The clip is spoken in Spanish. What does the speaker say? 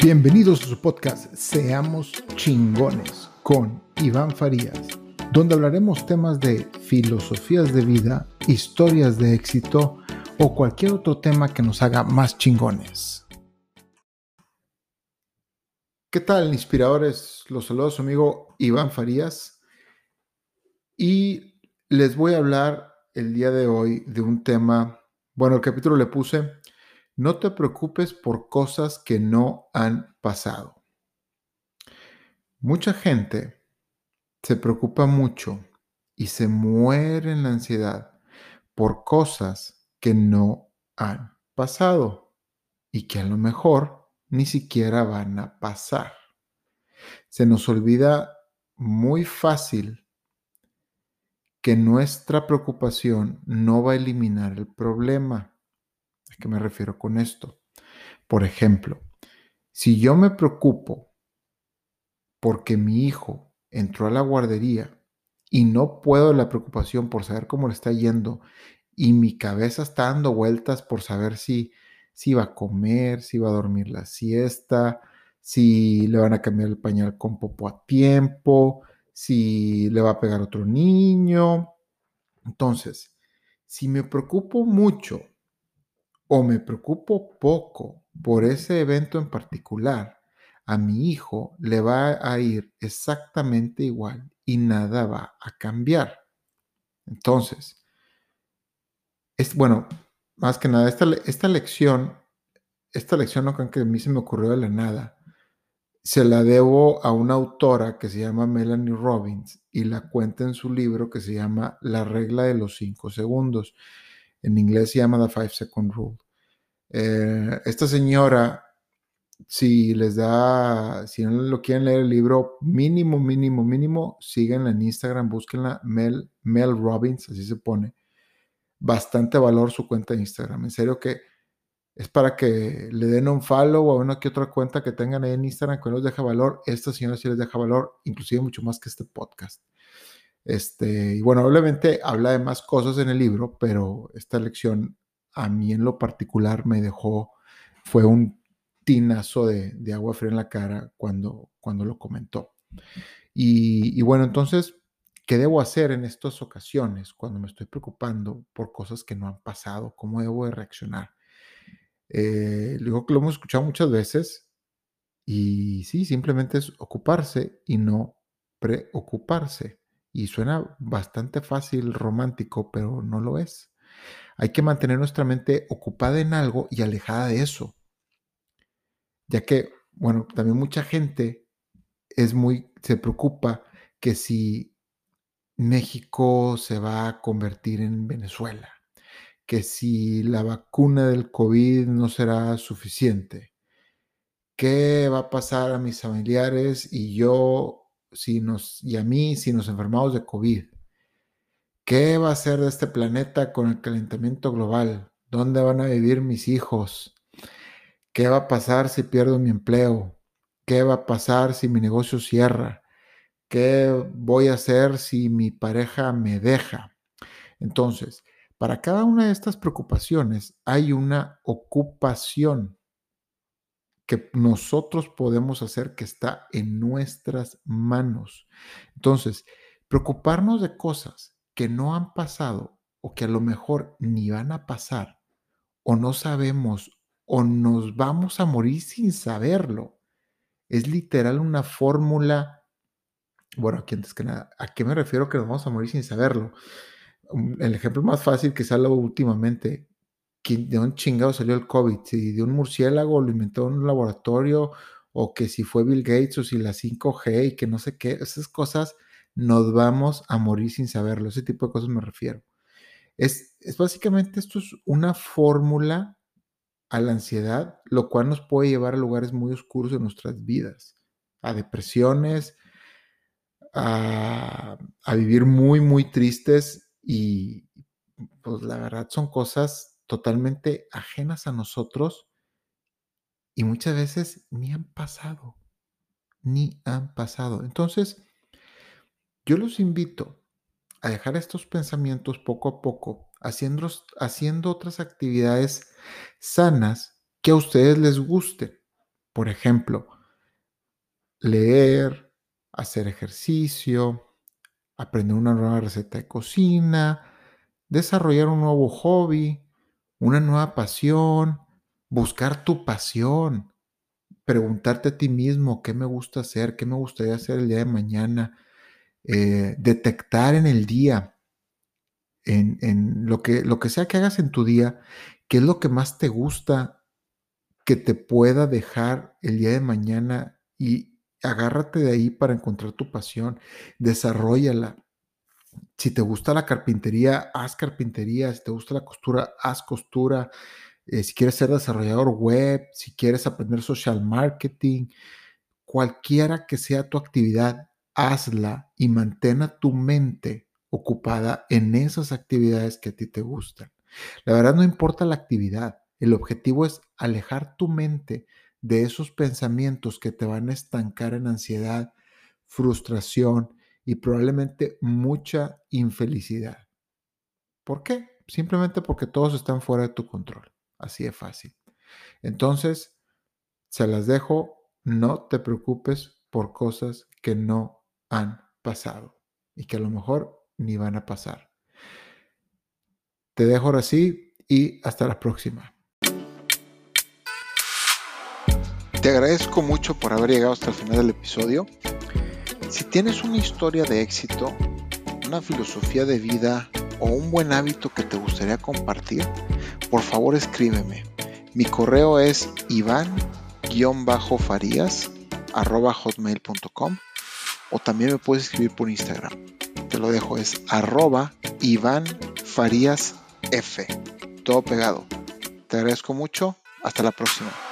Bienvenidos a su podcast Seamos Chingones con Iván Farías, donde hablaremos temas de filosofías de vida, historias de éxito o cualquier otro tema que nos haga más chingones. ¿Qué tal, inspiradores? Los saluda su amigo Iván Farías y les voy a hablar el día de hoy de un tema, el capítulo le puse "No te preocupes por cosas que no han pasado". Mucha gente se preocupa mucho y se muere en la ansiedad por cosas que no han pasado y que a lo mejor ni siquiera van a pasar. Se nos olvida muy fácil que nuestra preocupación no va a eliminar el problema. ¿A qué me refiero con esto? Por ejemplo, si yo me preocupo porque mi hijo entró a la guardería y no puedo de la preocupación por saber cómo le está yendo y mi cabeza está dando vueltas por saber si va a comer, si va a dormir la siesta, si le van a cambiar el pañal con popó a tiempo, si le va a pegar otro niño. Entonces, si me preocupo mucho o me preocupo poco por ese evento en particular, a mi hijo le va a ir exactamente igual y nada va a cambiar. Entonces, más que nada, esta lección no creo que a mí se me ocurrió de la nada. Se la debo a una autora que se llama Melanie Robbins y la cuenta en su libro que se llama La regla de los 5 segundos. En inglés se llama The 5 Second Rule. Esta señora, si no lo quieren leer el libro, mínimo, síguenla en Instagram, búsquenla, Mel Robbins, así se pone. Bastante valor su cuenta de Instagram. En serio que es para que le den un follow a una que otra cuenta que tengan ahí en Instagram que no les deja valor. Esta señora sí les deja valor, inclusive mucho más que este podcast. Y obviamente habla de más cosas en el libro, pero esta lección a mí en lo particular fue un tinazo de agua fría en la cara cuando lo comentó. Entonces, ¿qué debo hacer en estas ocasiones cuando me estoy preocupando por cosas que no han pasado? ¿Cómo debo de reaccionar? Digo que lo hemos escuchado muchas veces y sí, simplemente es ocuparse y no preocuparse. Y suena bastante fácil, romántico, pero no lo es. Hay que mantener nuestra mente ocupada en algo y alejada de eso, ya que, también mucha gente se preocupa que si México se va a convertir en Venezuela, que si la vacuna del COVID no será suficiente, qué va a pasar a mis familiares y a mí si nos enfermamos de COVID, qué va a ser de este planeta con el calentamiento global, dónde van a vivir mis hijos, qué va a pasar si pierdo mi empleo, qué va a pasar si mi negocio cierra, qué voy a hacer si mi pareja me deja. Entonces, para cada una de estas preocupaciones hay una ocupación que nosotros podemos hacer que está en nuestras manos. Entonces, preocuparnos de cosas que no han pasado o que a lo mejor ni van a pasar o no sabemos o nos vamos a morir sin saberlo, es literal una fórmula. Aquí antes que nada, ¿a qué me refiero que nos vamos a morir sin saberlo? El ejemplo más fácil que sale últimamente, ¿de dónde chingado salió el COVID? Si de un murciélago lo inventó en un laboratorio, o que si fue Bill Gates, o si la 5G y que no sé qué, esas cosas nos vamos a morir sin saberlo, ese tipo de cosas me refiero. Es básicamente, esto es una fórmula a la ansiedad, lo cual nos puede llevar a lugares muy oscuros en nuestras vidas, a depresiones, a vivir muy tristes y pues la verdad son cosas totalmente ajenas a nosotros y muchas veces ni han pasado. Entonces, yo los invito a dejar estos pensamientos poco a poco, haciendo otras actividades sanas que a ustedes les gusten. Por ejemplo, leer, hacer ejercicio, aprender una nueva receta de cocina, desarrollar un nuevo hobby, una nueva pasión, buscar tu pasión, preguntarte a ti mismo qué me gusta hacer, qué me gustaría hacer el día de mañana, detectar en el día, en lo que sea que hagas en tu día, qué es lo que más te gusta que te pueda dejar el día de mañana y agárrate de ahí para encontrar tu pasión, desarróllala. Si te gusta la carpintería, haz carpintería. Si te gusta la costura, haz costura. Si quieres ser desarrollador web, si quieres aprender social marketing, cualquiera que sea tu actividad, hazla y mantén a tu mente ocupada en esas actividades que a ti te gustan. La verdad no importa la actividad, el objetivo es alejar tu mente de esos pensamientos que te van a estancar en ansiedad, frustración y probablemente mucha infelicidad. ¿Por qué? Simplemente porque todos están fuera de tu control. Así de fácil. Entonces, se las dejo, no te preocupes por cosas que no han pasado y que a lo mejor ni van a pasar. Te dejo ahora sí y hasta la próxima. Te agradezco mucho por haber llegado hasta el final del episodio. Si tienes una historia de éxito, una filosofía de vida o un buen hábito que te gustaría compartir, por favor escríbeme. Mi correo es ivan-farías@hotmail.com o también me puedes escribir por Instagram. Te lo dejo, es @ivanfaríasf. Todo pegado. Te agradezco mucho. Hasta la próxima.